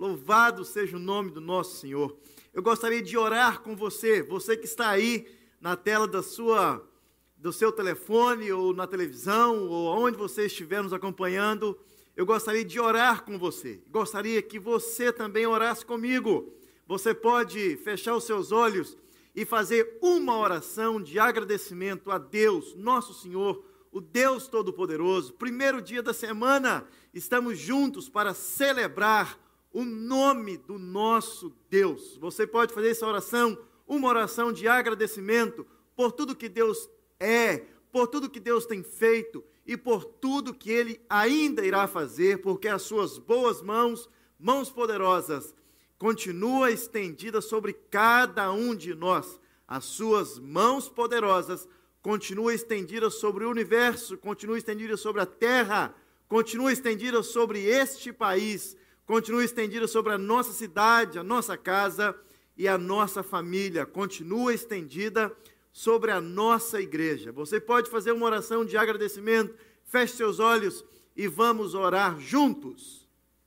Louvado seja o nome do nosso Senhor. Eu gostaria de orar com você, você que está aí na tela do seu telefone, ou na televisão, ou onde você estiver nos acompanhando. Eu gostaria de orar com você. Gostaria que você também orasse comigo. Você pode fechar os seus olhos e fazer uma oração de agradecimento a Deus, nosso Senhor, o Deus Todo-Poderoso. Primeiro dia da semana, estamos juntos para celebrar o nome do nosso Deus. Você pode fazer essa oração, uma oração de agradecimento por tudo que Deus é, por tudo que Deus tem feito e por tudo que Ele ainda irá fazer, porque as suas boas mãos, mãos poderosas, continua estendida sobre cada um de nós. As suas mãos poderosas continua estendida sobre o universo, continua estendida sobre a terra, continua estendida sobre este país, continua estendida sobre a nossa cidade, a nossa casa e a nossa família, continua estendida sobre a nossa igreja. Você pode fazer uma oração de agradecimento, feche seus olhos e vamos orar juntos.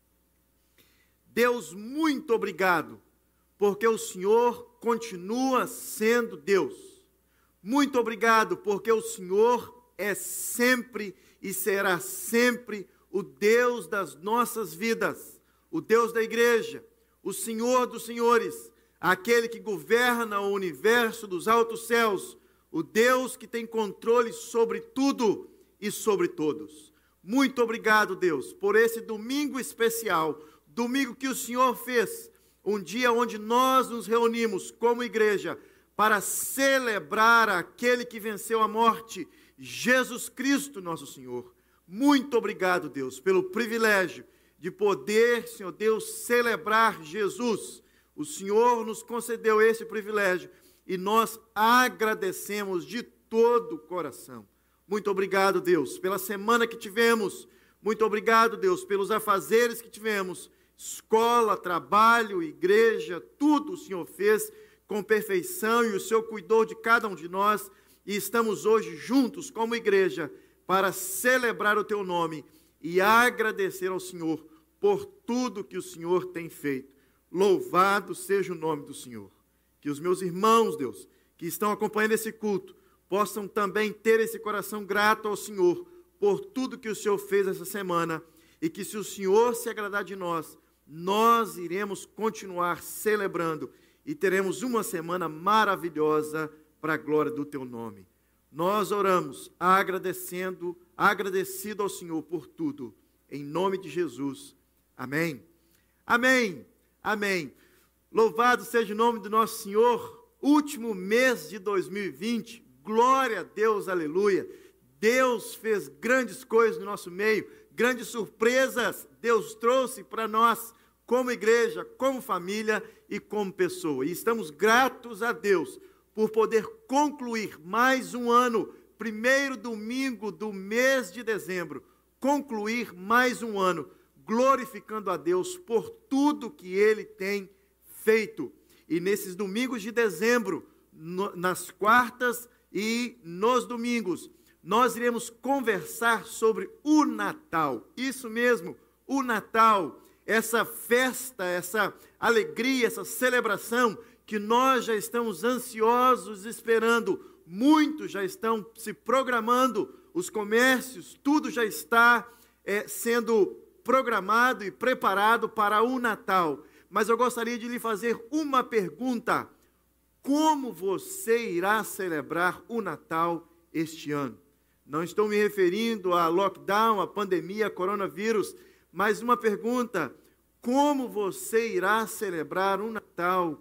Deus, muito obrigado, porque o Senhor continua sendo Deus. Muito obrigado, porque o Senhor é sempre e será sempre o Deus das nossas vidas, o Deus da igreja, o Senhor dos senhores, aquele que governa o universo dos altos céus, o Deus que tem controle sobre tudo e sobre todos. Muito obrigado, Deus, por esse domingo especial, domingo que o Senhor fez, um dia onde nós nos reunimos como igreja para celebrar aquele que venceu a morte, Jesus Cristo, nosso Senhor. Muito obrigado, Deus, pelo privilégio de poder, Senhor Deus, celebrar Jesus. O Senhor nos concedeu esse privilégio e nós agradecemos de todo o coração. Muito obrigado, Deus, pela semana que tivemos. Muito obrigado, Deus, pelos afazeres que tivemos. Escola, trabalho, igreja, tudo o Senhor fez com perfeição e o Senhor cuidou de cada um de nós. E estamos hoje juntos como igreja para celebrar o Teu nome e agradecer ao Senhor por tudo que o Senhor tem feito. Louvado seja o nome do Senhor. Que os meus irmãos, Deus, que estão acompanhando esse culto, possam também ter esse coração grato ao Senhor por tudo que o Senhor fez essa semana, e que se o Senhor se agradar de nós, nós iremos continuar celebrando e teremos uma semana maravilhosa para a glória do Teu nome. Nós oramos agradecido ao Senhor por tudo, em nome de Jesus. Amém. Amém. Amém. Louvado seja o nome do nosso Senhor. Último mês de 2020. Glória a Deus, aleluia. Deus fez grandes coisas no nosso meio, grandes surpresas Deus trouxe para nós, como igreja, como família e como pessoa. E estamos gratos a Deus por poder concluir mais um ano, primeiro domingo do mês de dezembro, concluir mais um ano, glorificando a Deus por tudo que Ele tem feito. E nesses domingos de dezembro, nas quartas e nos domingos, nós iremos conversar sobre o Natal. Isso mesmo, o Natal, essa festa, essa alegria, essa celebração que nós já estamos ansiosos esperando. Muitos já estão se programando, os comércios, tudo já está sendo programado e preparado para o Natal. Mas eu gostaria de lhe fazer uma pergunta: como você irá celebrar o Natal este ano? Não estou me referindo a lockdown, a pandemia, a coronavírus, mas uma pergunta: como você irá celebrar o Natal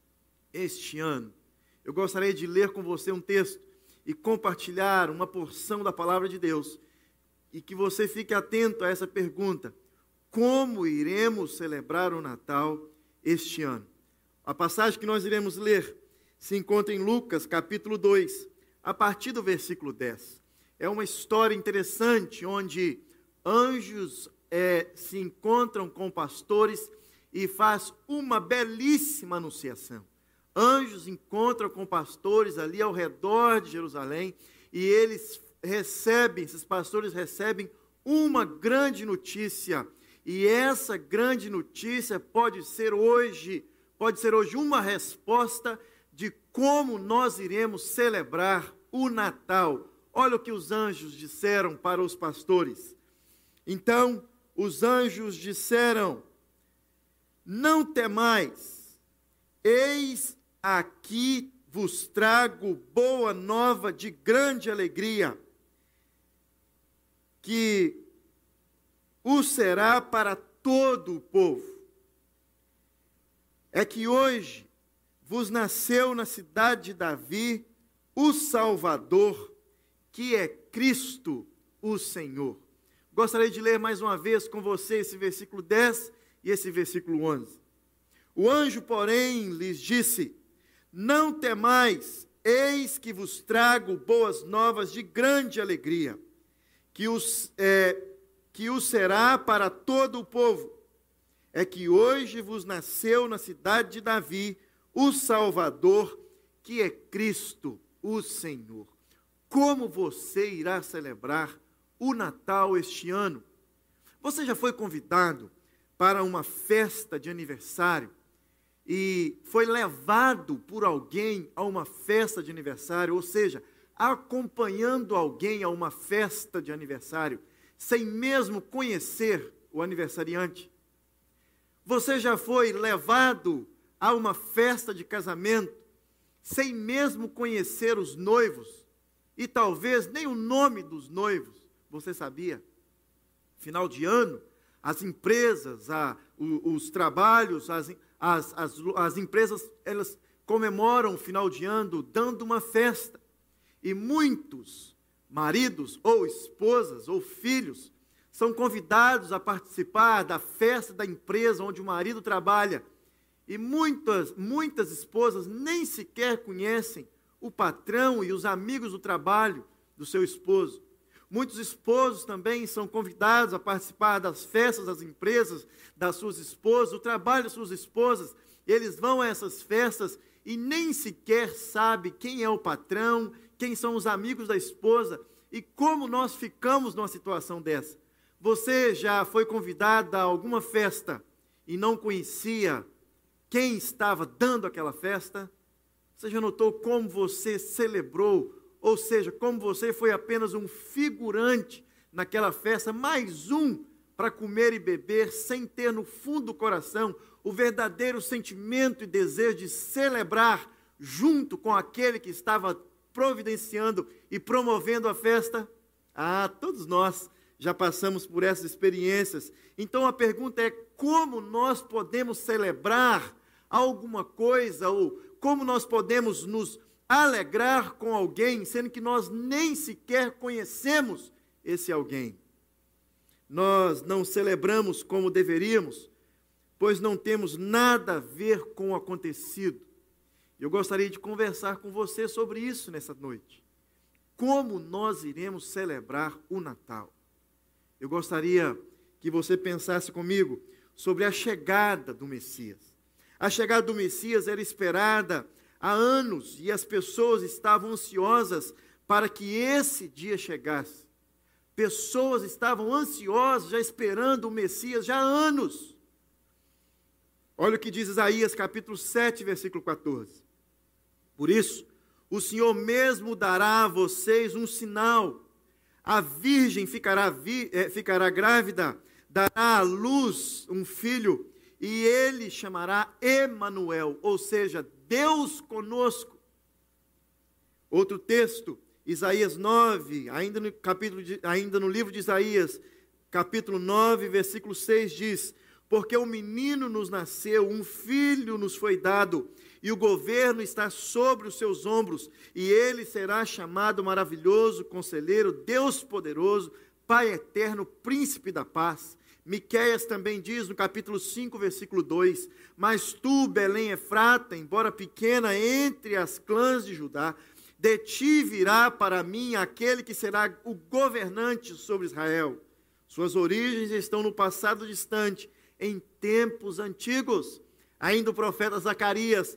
este ano? Eu gostaria de ler com você um texto e compartilhar uma porção da palavra de Deus, e que você fique atento a essa pergunta: como iremos celebrar o Natal este ano? A passagem que nós iremos ler se encontra em Lucas, capítulo 2, a partir do versículo 10. É uma história interessante, onde anjos se encontram com pastores e faz uma belíssima anunciação. Anjos encontram com pastores ali ao redor de Jerusalém, e esses pastores recebem uma grande notícia. E essa grande notícia pode ser hoje uma resposta de como nós iremos celebrar o Natal. Olha o que os anjos disseram para os pastores. Então, os anjos disseram: não temais, eis aqui vos trago boa nova de grande alegria, que o será para todo o povo. É que hoje vos nasceu na cidade de Davi o Salvador, que é Cristo o Senhor. Gostaria de ler mais uma vez com você esse versículo 10 e esse versículo 11. O anjo, porém, lhes disse: não temais, eis que vos trago boas novas de grande alegria, que o será para todo o povo. É que hoje vos nasceu na cidade de Davi o Salvador, que é Cristo o Senhor. Como você irá celebrar o Natal este ano? Você já foi convidado para uma festa de aniversário e foi levado por alguém a uma festa de aniversário, ou seja, acompanhando alguém a uma festa de aniversário, sem mesmo conhecer o aniversariante? Você já foi levado a uma festa de casamento, sem mesmo conhecer os noivos, e talvez nem o nome dos noivos você sabia? Final de ano, as empresas, os trabalhos, as empresas, elas comemoram o final de ano dando uma festa. E muitos maridos, ou esposas, ou filhos, são convidados a participar da festa da empresa onde o marido trabalha. E muitas esposas nem sequer conhecem o patrão e os amigos do trabalho do seu esposo. Muitos esposos também são convidados a participar das festas das empresas das suas esposas, do trabalho das suas esposas. Eles vão a essas festas e nem sequer sabem quem é o patrão, quem são os amigos da esposa e como nós ficamos numa situação dessa. Você já foi convidado a alguma festa e não conhecia quem estava dando aquela festa? Você já notou como você celebrou? Ou seja, como você foi apenas um figurante naquela festa, mais um para comer e beber, sem ter no fundo do coração o verdadeiro sentimento e desejo de celebrar junto com aquele que estava providenciando e promovendo a festa? Todos nós já passamos por essas experiências. Então a pergunta é: como nós podemos celebrar alguma coisa, ou como nós podemos nos alegrar com alguém, sendo que nós nem sequer conhecemos esse alguém? Nós não celebramos como deveríamos, pois não temos nada a ver com o acontecido. Eu gostaria de conversar com você sobre isso nessa noite. Como nós iremos celebrar o Natal? Eu gostaria que você pensasse comigo sobre a chegada do Messias. A chegada do Messias era esperada há anos e as pessoas estavam ansiosas para que esse dia chegasse. Pessoas estavam ansiosas, já esperando o Messias, já há anos. Olha o que diz Isaías capítulo 7, versículo 14. Por isso, o Senhor mesmo dará a vocês um sinal. A virgem ficará grávida, dará à luz um filho, e ele chamará Emanuel, ou seja, Deus conosco. Outro texto, Isaías 9, ainda no livro de Isaías, capítulo 9, versículo 6 diz: porque um menino nos nasceu, um filho nos foi dado, e o governo está sobre os seus ombros, e ele será chamado Maravilhoso, Conselheiro, Deus Poderoso, Pai Eterno, Príncipe da Paz. Miqueias também diz no capítulo 5, versículo 2: mas tu, Belém Efrata, embora pequena entre as clãs de Judá, de ti virá para mim aquele que será o governante sobre Israel. Suas origens estão no passado distante, em tempos antigos. Ainda o profeta Zacarias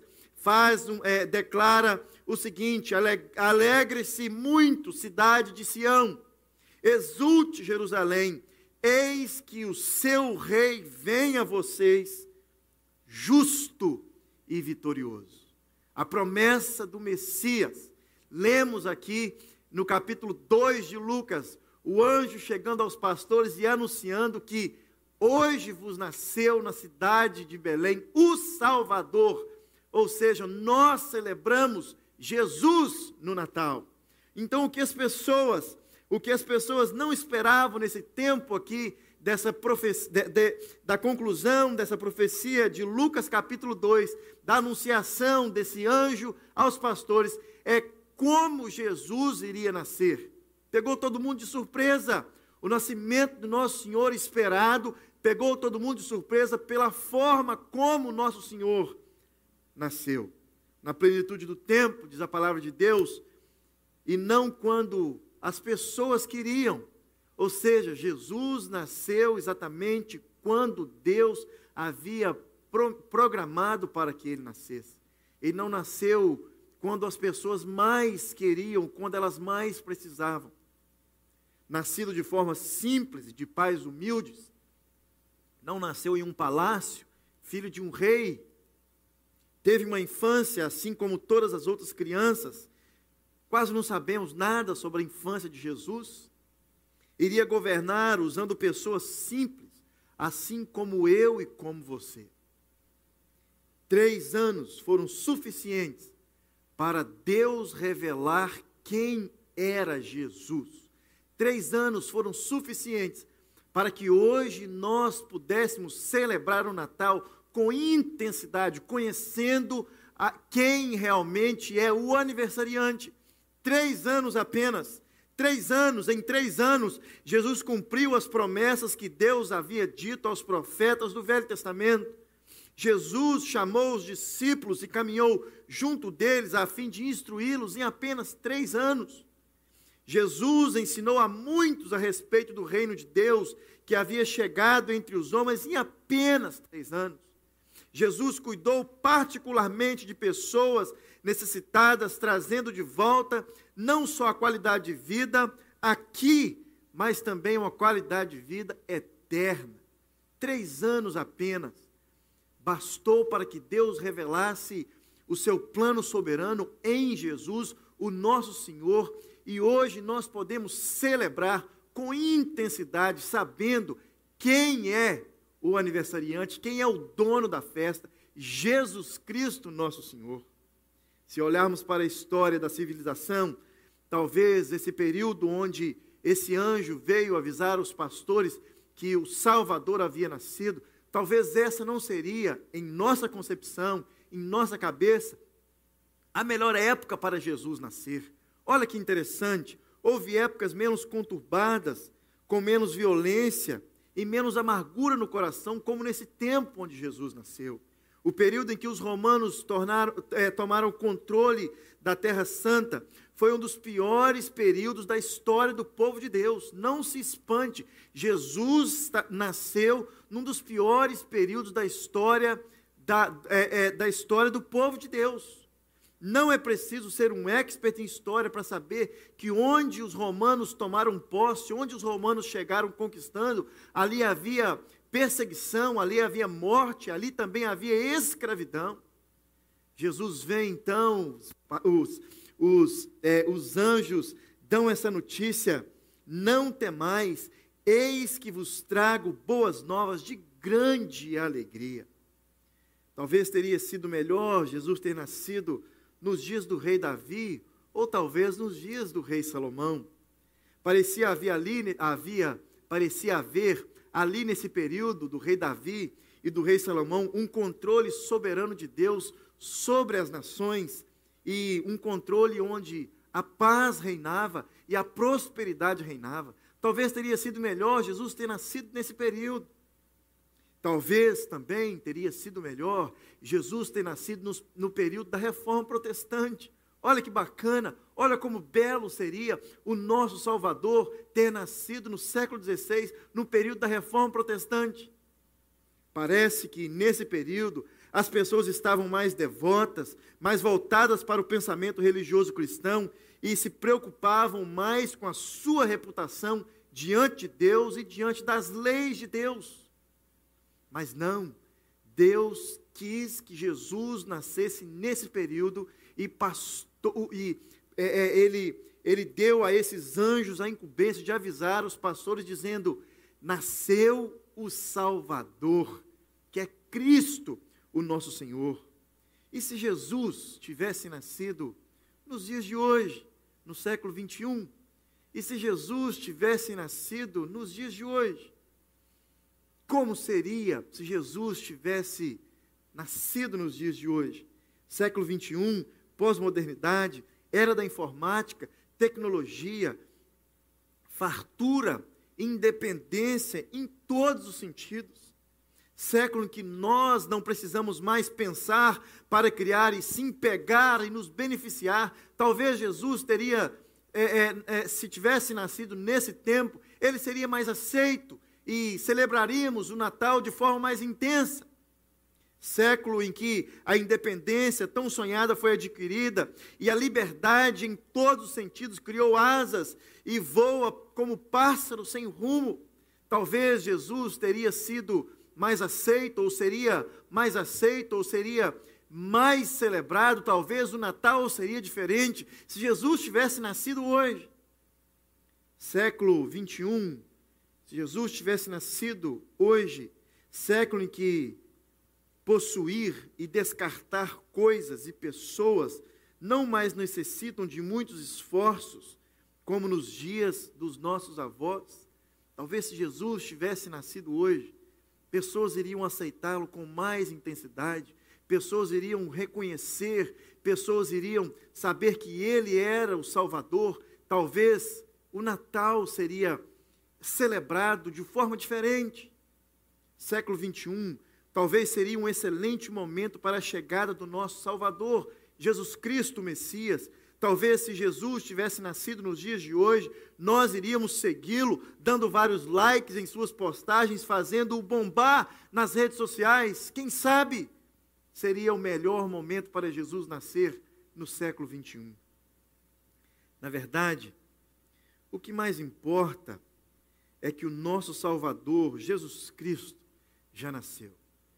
declara o seguinte: alegre-se muito, cidade de Sião, exulte Jerusalém, eis que o seu rei vem a vocês, justo e vitorioso. A promessa do Messias. Lemos aqui no capítulo 2 de Lucas, o anjo chegando aos pastores e anunciando que hoje vos nasceu na cidade de Belém o Salvador. Ou seja, nós celebramos Jesus no Natal. Então o que as pessoas não esperavam nesse tempo aqui, dessa da conclusão dessa profecia de Lucas capítulo 2, da anunciação desse anjo aos pastores, é como Jesus iria nascer. Pegou todo mundo de surpresa. O nascimento do nosso Senhor esperado pegou todo mundo de surpresa pela forma como o nosso Senhor nasceu. Na plenitude do tempo, diz a palavra de Deus, e não quando as pessoas queriam. Ou seja, Jesus nasceu exatamente quando Deus havia programado para que ele nascesse. Ele não nasceu quando as pessoas mais queriam, quando elas mais precisavam. Nascido de forma simples, de pais humildes, não nasceu em um palácio, filho de um rei, teve uma infância assim como todas as outras crianças. Quase não sabemos nada sobre a infância de Jesus. Iria governar usando pessoas simples, assim como eu e como você. 3 anos foram suficientes para Deus revelar quem era Jesus. 3 anos foram suficientes para que hoje nós pudéssemos celebrar o Natal com intensidade, conhecendo quem realmente é o aniversariante. 3 anos apenas. 3 anos, em 3 anos, Jesus cumpriu as promessas que Deus havia dito aos profetas do Velho Testamento. Jesus chamou os discípulos e caminhou junto deles a fim de instruí-los em apenas 3 anos. Jesus ensinou a muitos a respeito do reino de Deus que havia chegado entre os homens em apenas 3 anos. Jesus cuidou particularmente de pessoas necessitadas, trazendo de volta não só a qualidade de vida aqui, mas também uma qualidade de vida eterna. 3 anos apenas bastou para que Deus revelasse o seu plano soberano em Jesus, o nosso Senhor, e hoje nós podemos celebrar com intensidade, sabendo quem é o aniversariante, quem é o dono da festa, Jesus Cristo, nosso Senhor. Se olharmos para a história da civilização, talvez esse período onde esse anjo veio avisar os pastores que o Salvador havia nascido, talvez essa não seria, em nossa concepção, em nossa cabeça, a melhor época para Jesus nascer. Olha que interessante, houve épocas menos conturbadas, com menos violência e menos amargura no coração, como nesse tempo onde Jesus nasceu. O período em que os romanos tomaram o controle da Terra Santa foi um dos piores períodos da história do povo de Deus. Não se espante, Jesus nasceu num dos piores períodos da história da história do povo de Deus. Não é preciso ser um expert em história para saber que onde os romanos tomaram posse, onde os romanos chegaram conquistando, ali havia perseguição, ali havia morte, ali também havia escravidão. Jesus vem então, os anjos dão essa notícia: não temais, eis que vos trago boas novas de grande alegria. Talvez teria sido melhor Jesus ter nascido nos dias do rei Davi, ou talvez nos dias do rei Salomão. Parecia haver ali nesse período do rei Davi e do rei Salomão um controle soberano de Deus sobre as nações, e um controle onde a paz reinava e a prosperidade reinava. Talvez teria sido melhor Jesus ter nascido nesse período. Talvez também teria sido melhor Jesus ter nascido no período da Reforma Protestante. Olha que bacana, olha como belo seria o nosso Salvador ter nascido no século XVI, no período da Reforma Protestante. Parece que nesse período as pessoas estavam mais devotas, mais voltadas para o pensamento religioso cristão e se preocupavam mais com a sua reputação diante de Deus e diante das leis de Deus. Mas não, Deus quis que Jesus nascesse nesse período e ele deu a esses anjos a incumbência de avisar os pastores, dizendo: nasceu o Salvador, que é Cristo, o nosso Senhor. E se Jesus tivesse nascido nos dias de hoje, no século 21, e se Jesus tivesse nascido nos dias de hoje, como seria se Jesus tivesse nascido nos dias de hoje? Século 21, pós-modernidade, era da informática, tecnologia, fartura, independência em todos os sentidos. Século em que nós não precisamos mais pensar para criar e sim pegar e nos beneficiar. Talvez Jesus teria, se tivesse nascido nesse tempo, ele seria mais aceito e celebraríamos o Natal de forma mais intensa. Século em que a independência tão sonhada foi adquirida e a liberdade em todos os sentidos criou asas e voa como pássaro sem rumo. Talvez Jesus teria sido mais aceito, ou seria mais aceito, ou seria mais celebrado. Talvez o Natal seria diferente se Jesus tivesse nascido hoje. Século 21, se Jesus tivesse nascido hoje, século em que possuir e descartar coisas e pessoas não mais necessitam de muitos esforços, como nos dias dos nossos avós. Talvez se Jesus tivesse nascido hoje, pessoas iriam aceitá-lo com mais intensidade, pessoas iriam reconhecer, pessoas iriam saber que ele era o Salvador. Talvez o Natal seria celebrado de forma diferente. Século 21, talvez seria um excelente momento para a chegada do nosso Salvador, Jesus Cristo, o Messias. Talvez se Jesus tivesse nascido nos dias de hoje, nós iríamos segui-lo, dando vários likes em suas postagens, fazendo-o bombar nas redes sociais. Quem sabe seria o melhor momento para Jesus nascer no século 21. Na verdade, o que mais importa é que o nosso Salvador, Jesus Cristo, já nasceu.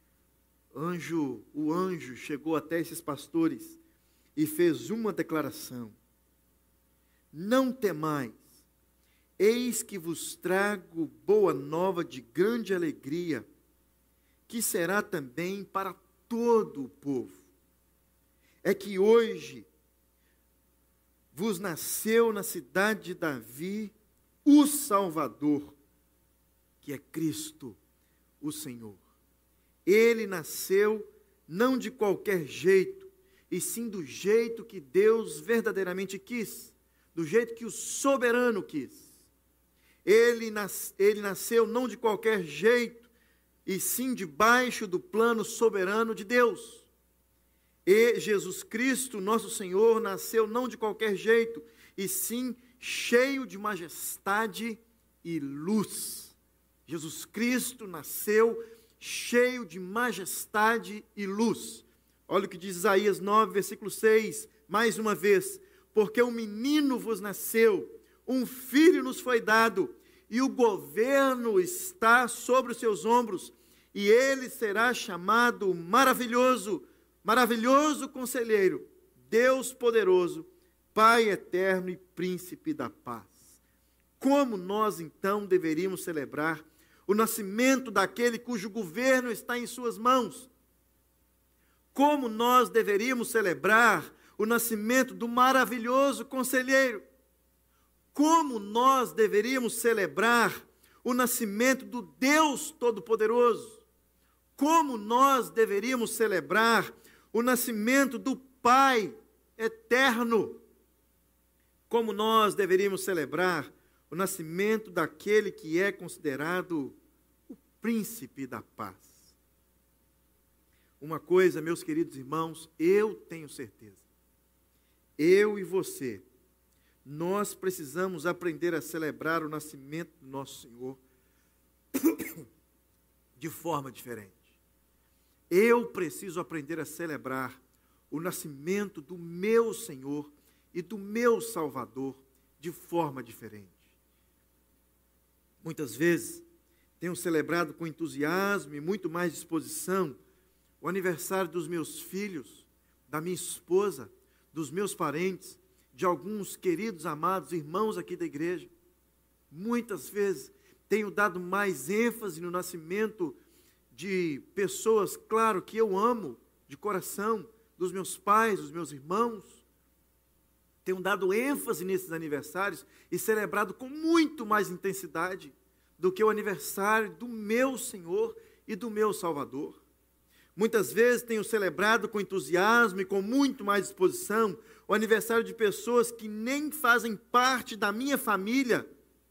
O anjo chegou até esses pastores e fez uma declaração: não temais, eis que vos trago boa nova de grande alegria, que será também para todo o povo. É que hoje vos nasceu na cidade de Davi o Salvador, que é Cristo, o Senhor. Ele nasceu não de qualquer jeito, e sim do jeito que Deus verdadeiramente quis, do jeito que o soberano quis. Ele nasceu não de qualquer jeito, e sim debaixo do plano soberano de Deus. E Jesus Cristo, nosso Senhor, nasceu não de qualquer jeito, e sim cheio de majestade e luz. Jesus Cristo nasceu cheio de majestade e luz. Olha o que diz Isaías 9, versículo 6, mais uma vez: porque um menino vos nasceu, um filho nos foi dado, e o governo está sobre os seus ombros, e ele será chamado Maravilhoso, Maravilhoso Conselheiro, Deus Poderoso, Pai Eterno e Príncipe da Paz. Como nós então deveríamos celebrar o nascimento daquele cujo governo está em suas mãos? Como nós deveríamos celebrar o nascimento do maravilhoso conselheiro? Como nós deveríamos celebrar o nascimento do Deus Todo-Poderoso? Como nós deveríamos celebrar o nascimento do Pai Eterno? Como nós deveríamos celebrar o nascimento daquele que é considerado o príncipe da paz? Uma coisa, meus queridos irmãos, eu tenho certeza, eu e você, nós precisamos aprender a celebrar o nascimento do nosso Senhor de forma diferente. Eu preciso aprender a celebrar o nascimento do meu Senhor e do meu Salvador de forma diferente. Muitas vezes tenho celebrado com entusiasmo e muito mais disposição o aniversário dos meus filhos, da minha esposa, dos meus parentes, de alguns queridos, amados irmãos aqui da igreja. Muitas vezes tenho dado mais ênfase no nascimento de pessoas, claro, que eu amo de coração, dos meus pais, dos meus irmãos. Tenho dado ênfase nesses aniversários e celebrado com muito mais intensidade do que o aniversário do meu Senhor e do meu Salvador. Muitas vezes tenho celebrado com entusiasmo e com muito mais disposição o aniversário de pessoas que nem fazem parte da minha família.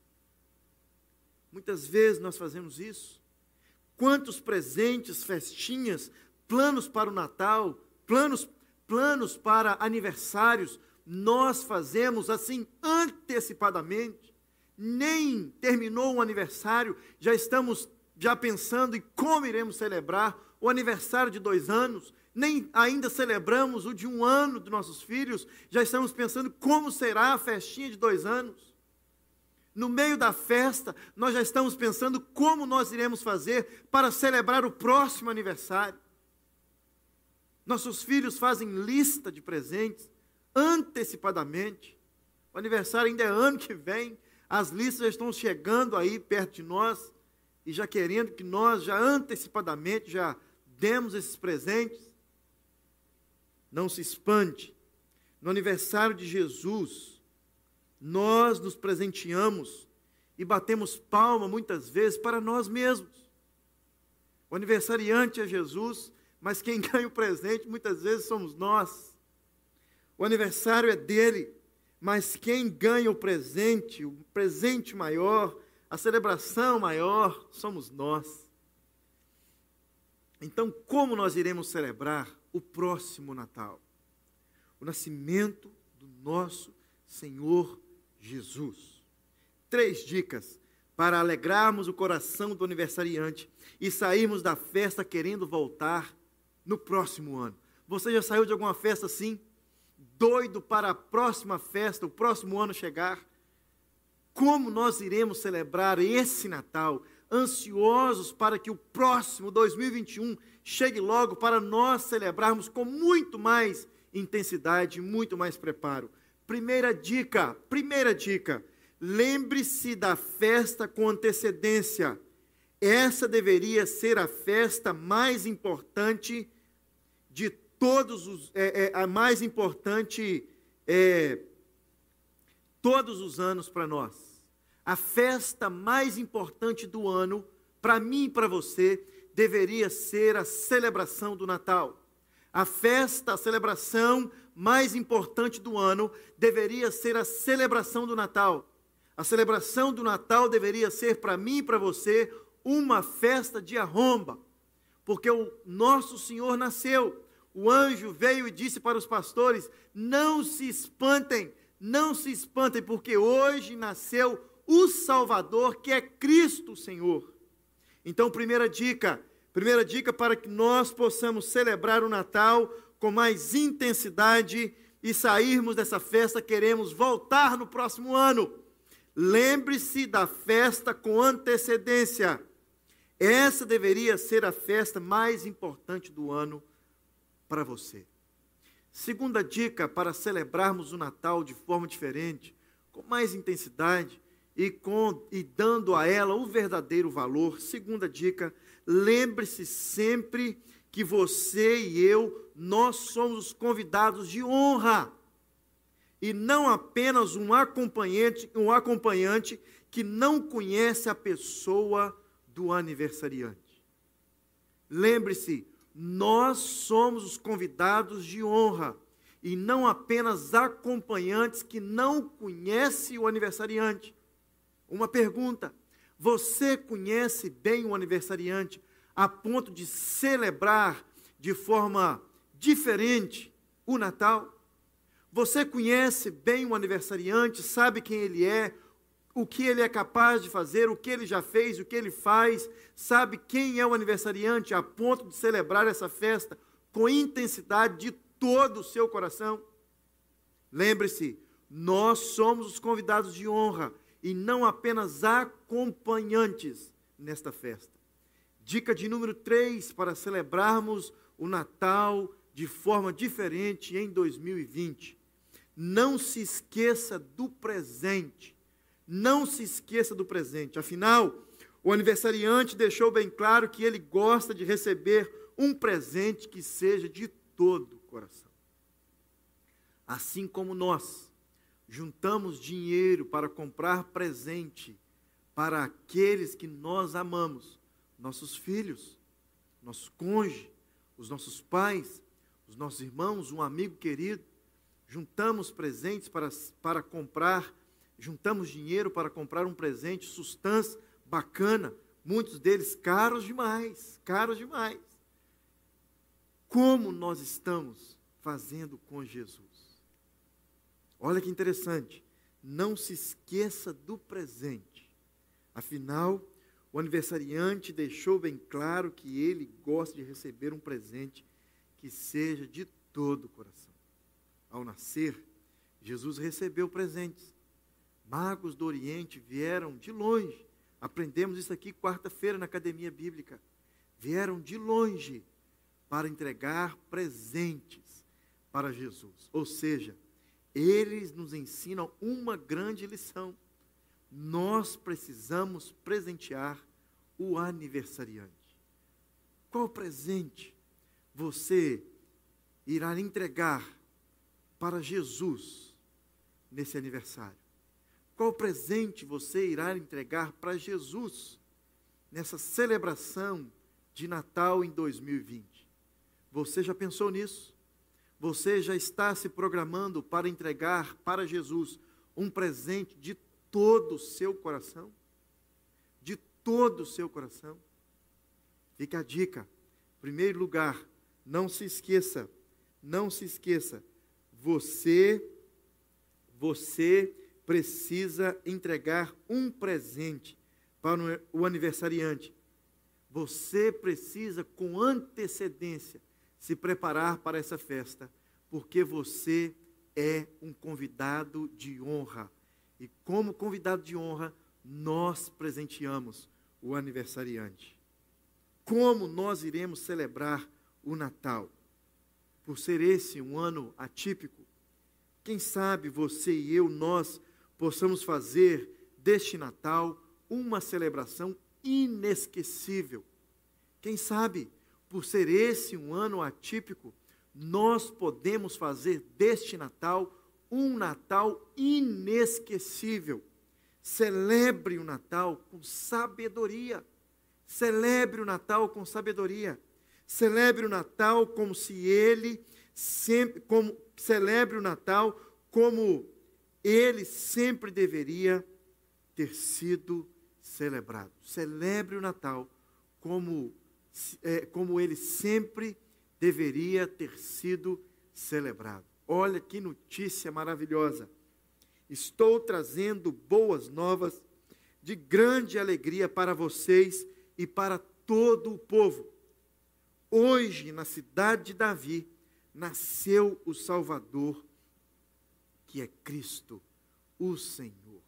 Muitas vezes nós fazemos isso. Quantos presentes, festinhas, planos para o Natal, planos para aniversários, nós fazemos assim antecipadamente. Nem terminou o aniversário, já estamos pensando em como iremos celebrar o aniversário de 2 anos, nem ainda celebramos o de 1 ano dos nossos filhos, já estamos pensando como será a festinha de 2 anos. No meio da festa, nós já estamos pensando como nós iremos fazer para celebrar o próximo aniversário. Nossos filhos fazem lista de presentes antecipadamente. O aniversário ainda é ano que vem, as listas já estão chegando aí perto de nós e já querendo que nós já antecipadamente já demos esses presentes. Não se espante, no aniversário de Jesus, nós nos presenteamos e batemos palma muitas vezes para nós mesmos. O aniversariante é Jesus, mas quem ganha o presente muitas vezes somos nós. O aniversário é dele, mas quem ganha o presente maior, a celebração maior, somos nós. Então, como nós iremos celebrar o próximo Natal? O nascimento do nosso Senhor Jesus. 3 dicas para alegrarmos o coração do aniversariante e sairmos da festa querendo voltar no próximo ano. Você já saiu de alguma festa assim? Doido para a próxima festa, o próximo ano chegar? Como nós iremos celebrar esse Natal? Ansiosos para que o próximo 2021 chegue logo para nós celebrarmos com muito mais intensidade, muito mais preparo. Primeira dica, lembre-se da festa com antecedência. Essa deveria ser a festa mais importante de todos os, a mais importante todos os anos para nós. A festa mais importante do ano, para mim e para você, deveria ser a celebração do Natal. A celebração mais importante do ano deveria ser a celebração do Natal. A celebração do Natal deveria ser para mim e para você uma festa de arromba, porque o nosso Senhor nasceu. O anjo veio e disse para os pastores: não se espantem, porque hoje nasceu o Salvador, que é Cristo Senhor. Então, primeira dica para que nós possamos celebrar o Natal com mais intensidade e sairmos dessa festa, queremos voltar no próximo ano. Lembre-se da festa com antecedência. Essa deveria ser a festa mais importante do ano para você. Segunda dica para celebrarmos o Natal de forma diferente, com mais intensidade e dando a ela o verdadeiro valor. Segunda dica, lembre-se sempre que você e eu, nós somos os convidados de honra, e não apenas um acompanhante que não conhece a pessoa do aniversariante. Lembre-se, nós somos os convidados de honra, e não apenas acompanhantes que não conhecem o aniversariante. Uma pergunta: você conhece bem o aniversariante a ponto de celebrar de forma diferente o Natal? Você conhece bem o aniversariante, sabe quem ele é, o que ele é capaz de fazer, o que ele já fez, o que ele faz, sabe quem é o aniversariante a ponto de celebrar essa festa com intensidade de todo o seu coração? Lembre-se, nós somos os convidados de honra, e não apenas acompanhantes nesta festa. Dica de número 3 para celebrarmos o Natal de forma diferente em 2020. Não se esqueça do presente. Não se esqueça do presente. Afinal, o aniversariante deixou bem claro que ele gosta de receber um presente que seja de todo o coração. Assim como nós juntamos dinheiro para comprar presente para aqueles que nós amamos, nossos filhos, nosso cônjuge, os nossos pais, os nossos irmãos, um amigo querido, juntamos presentes para comprar, juntamos dinheiro para comprar um presente, substância bacana, muitos deles caros demais, caros demais. Como nós estamos fazendo com Jesus? Olha que interessante, não se esqueça do presente. Afinal, o aniversariante deixou bem claro que ele gosta de receber um presente que seja de todo o coração. Ao nascer, Jesus recebeu presentes. Magos do Oriente vieram de longe. Aprendemos isso aqui quarta-feira na Academia Bíblica. Vieram de longe para entregar presentes para Jesus. Ou seja, eles nos ensinam uma grande lição. Nós precisamos presentear o aniversariante. Qual presente você irá entregar para Jesus nesse aniversário? Qual presente você irá entregar para Jesus nessa celebração de Natal em 2020? Você já pensou nisso? Você já está se programando para entregar para Jesus um presente de todo o seu coração? De todo o seu coração? Fica a dica. Em primeiro lugar, não se esqueça, você precisa entregar um presente para o aniversariante. Você precisa, com antecedência, se preparar para essa festa, porque você é um convidado de honra. E como convidado de honra, nós presenteamos o aniversariante. Como nós iremos celebrar o Natal? Por ser esse um ano atípico, quem sabe você e eu, nós possamos fazer deste Natal uma celebração inesquecível. Quem sabe, por ser esse um ano atípico, nós podemos fazer deste Natal um Natal inesquecível. Celebre o Natal com sabedoria. Celebre o Natal com sabedoria. Celebre o Natal como se ele sempre, celebre o Natal como ele sempre deveria ter sido celebrado. Celebre o Natal como ele sempre deveria ter sido celebrado. Olha que notícia maravilhosa. Estou trazendo boas novas de grande alegria para vocês e para todo o povo. Hoje, na cidade de Davi, nasceu o Salvador, que é Cristo, o Senhor.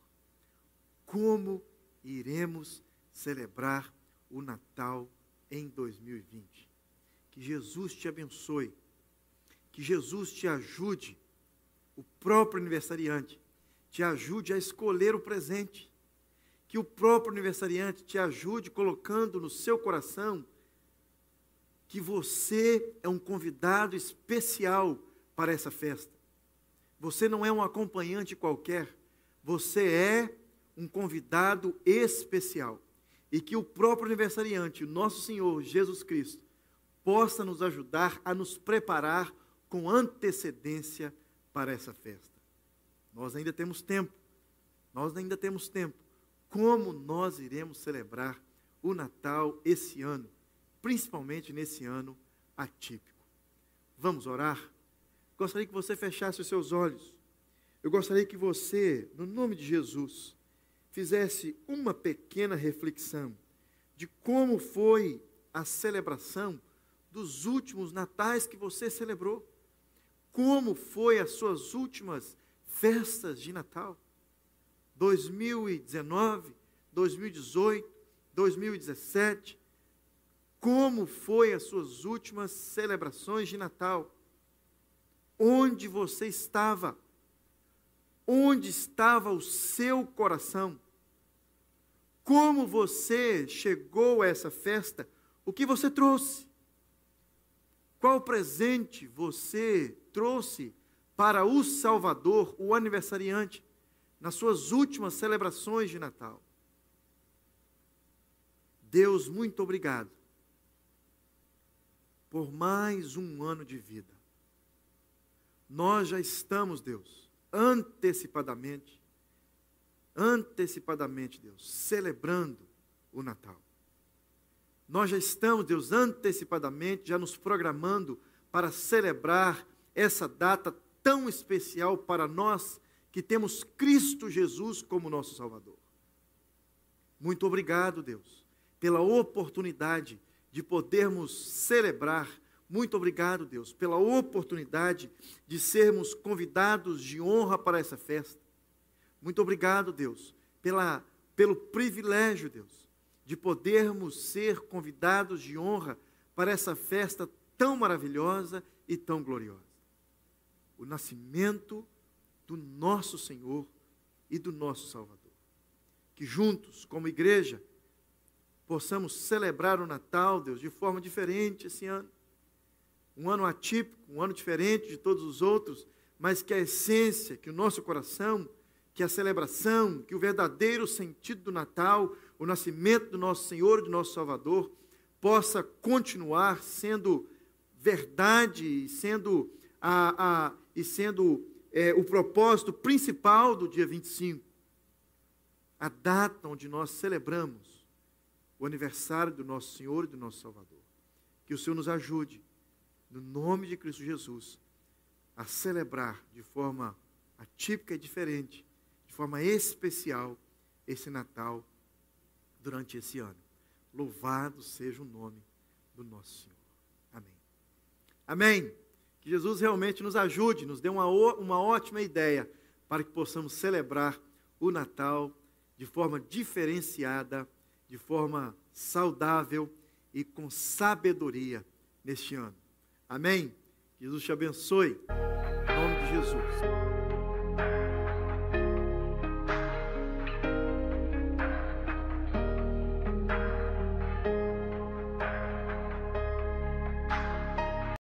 Como iremos celebrar o Natal em 2020? Que Jesus te abençoe, que Jesus te ajude, o próprio aniversariante te ajude a escolher o presente, que o próprio aniversariante te ajude colocando no seu coração que você é um convidado especial para essa festa. Você não é um acompanhante qualquer, você é um convidado especial. E que o próprio aniversariante, o nosso Senhor Jesus Cristo, possa nos ajudar a nos preparar com antecedência para essa festa. Nós ainda temos tempo. Como nós iremos celebrar o Natal esse ano, principalmente nesse ano atípico? Vamos orar? Gostaria que você fechasse os seus olhos. Eu gostaria que você, no nome de Jesus, fizesse uma pequena reflexão de como foi a celebração dos últimos natais que você celebrou. Como foi as suas últimas festas de Natal? 2019, 2018, 2017, como foi as suas últimas celebrações de Natal? Onde você estava? Onde estava o seu coração? Como você chegou a essa festa? O que você trouxe? Qual presente você trouxe para o Salvador, o aniversariante, nas suas últimas celebrações de Natal? Deus, muito obrigado por mais um ano de vida. Nós já estamos, Deus, antecipadamente, Deus, celebrando o Natal. Nós já estamos, Deus, antecipadamente, já nos programando para celebrar essa data tão especial para nós que temos Cristo Jesus como nosso Salvador. Muito obrigado, Deus, pela oportunidade de podermos celebrar. Muito obrigado, Deus, pela oportunidade de sermos convidados de honra para essa festa. Muito obrigado, Deus, pelo privilégio, Deus, de podermos ser convidados de honra para essa festa tão maravilhosa e tão gloriosa. O nascimento do nosso Senhor e do nosso Salvador. Que juntos, como igreja, possamos celebrar o Natal, Deus, de forma diferente esse ano. Um ano atípico, um ano diferente de todos os outros, mas que a essência, que o nosso coração, que a celebração, que o verdadeiro sentido do Natal, o nascimento do nosso Senhor e do nosso Salvador, possa continuar sendo verdade e sendo o propósito principal do dia 25, a data onde nós celebramos o aniversário do nosso Senhor e do nosso Salvador. Que o Senhor nos ajude, no nome de Cristo Jesus, a celebrar de forma atípica e diferente, de forma especial, esse Natal durante esse ano. Louvado seja o nome do nosso Senhor. Amém. Amém. Que Jesus realmente nos ajude, nos dê uma ótima ideia para que possamos celebrar o Natal de forma diferenciada, de forma saudável e com sabedoria neste ano. Amém? Jesus te abençoe. Em nome de Jesus.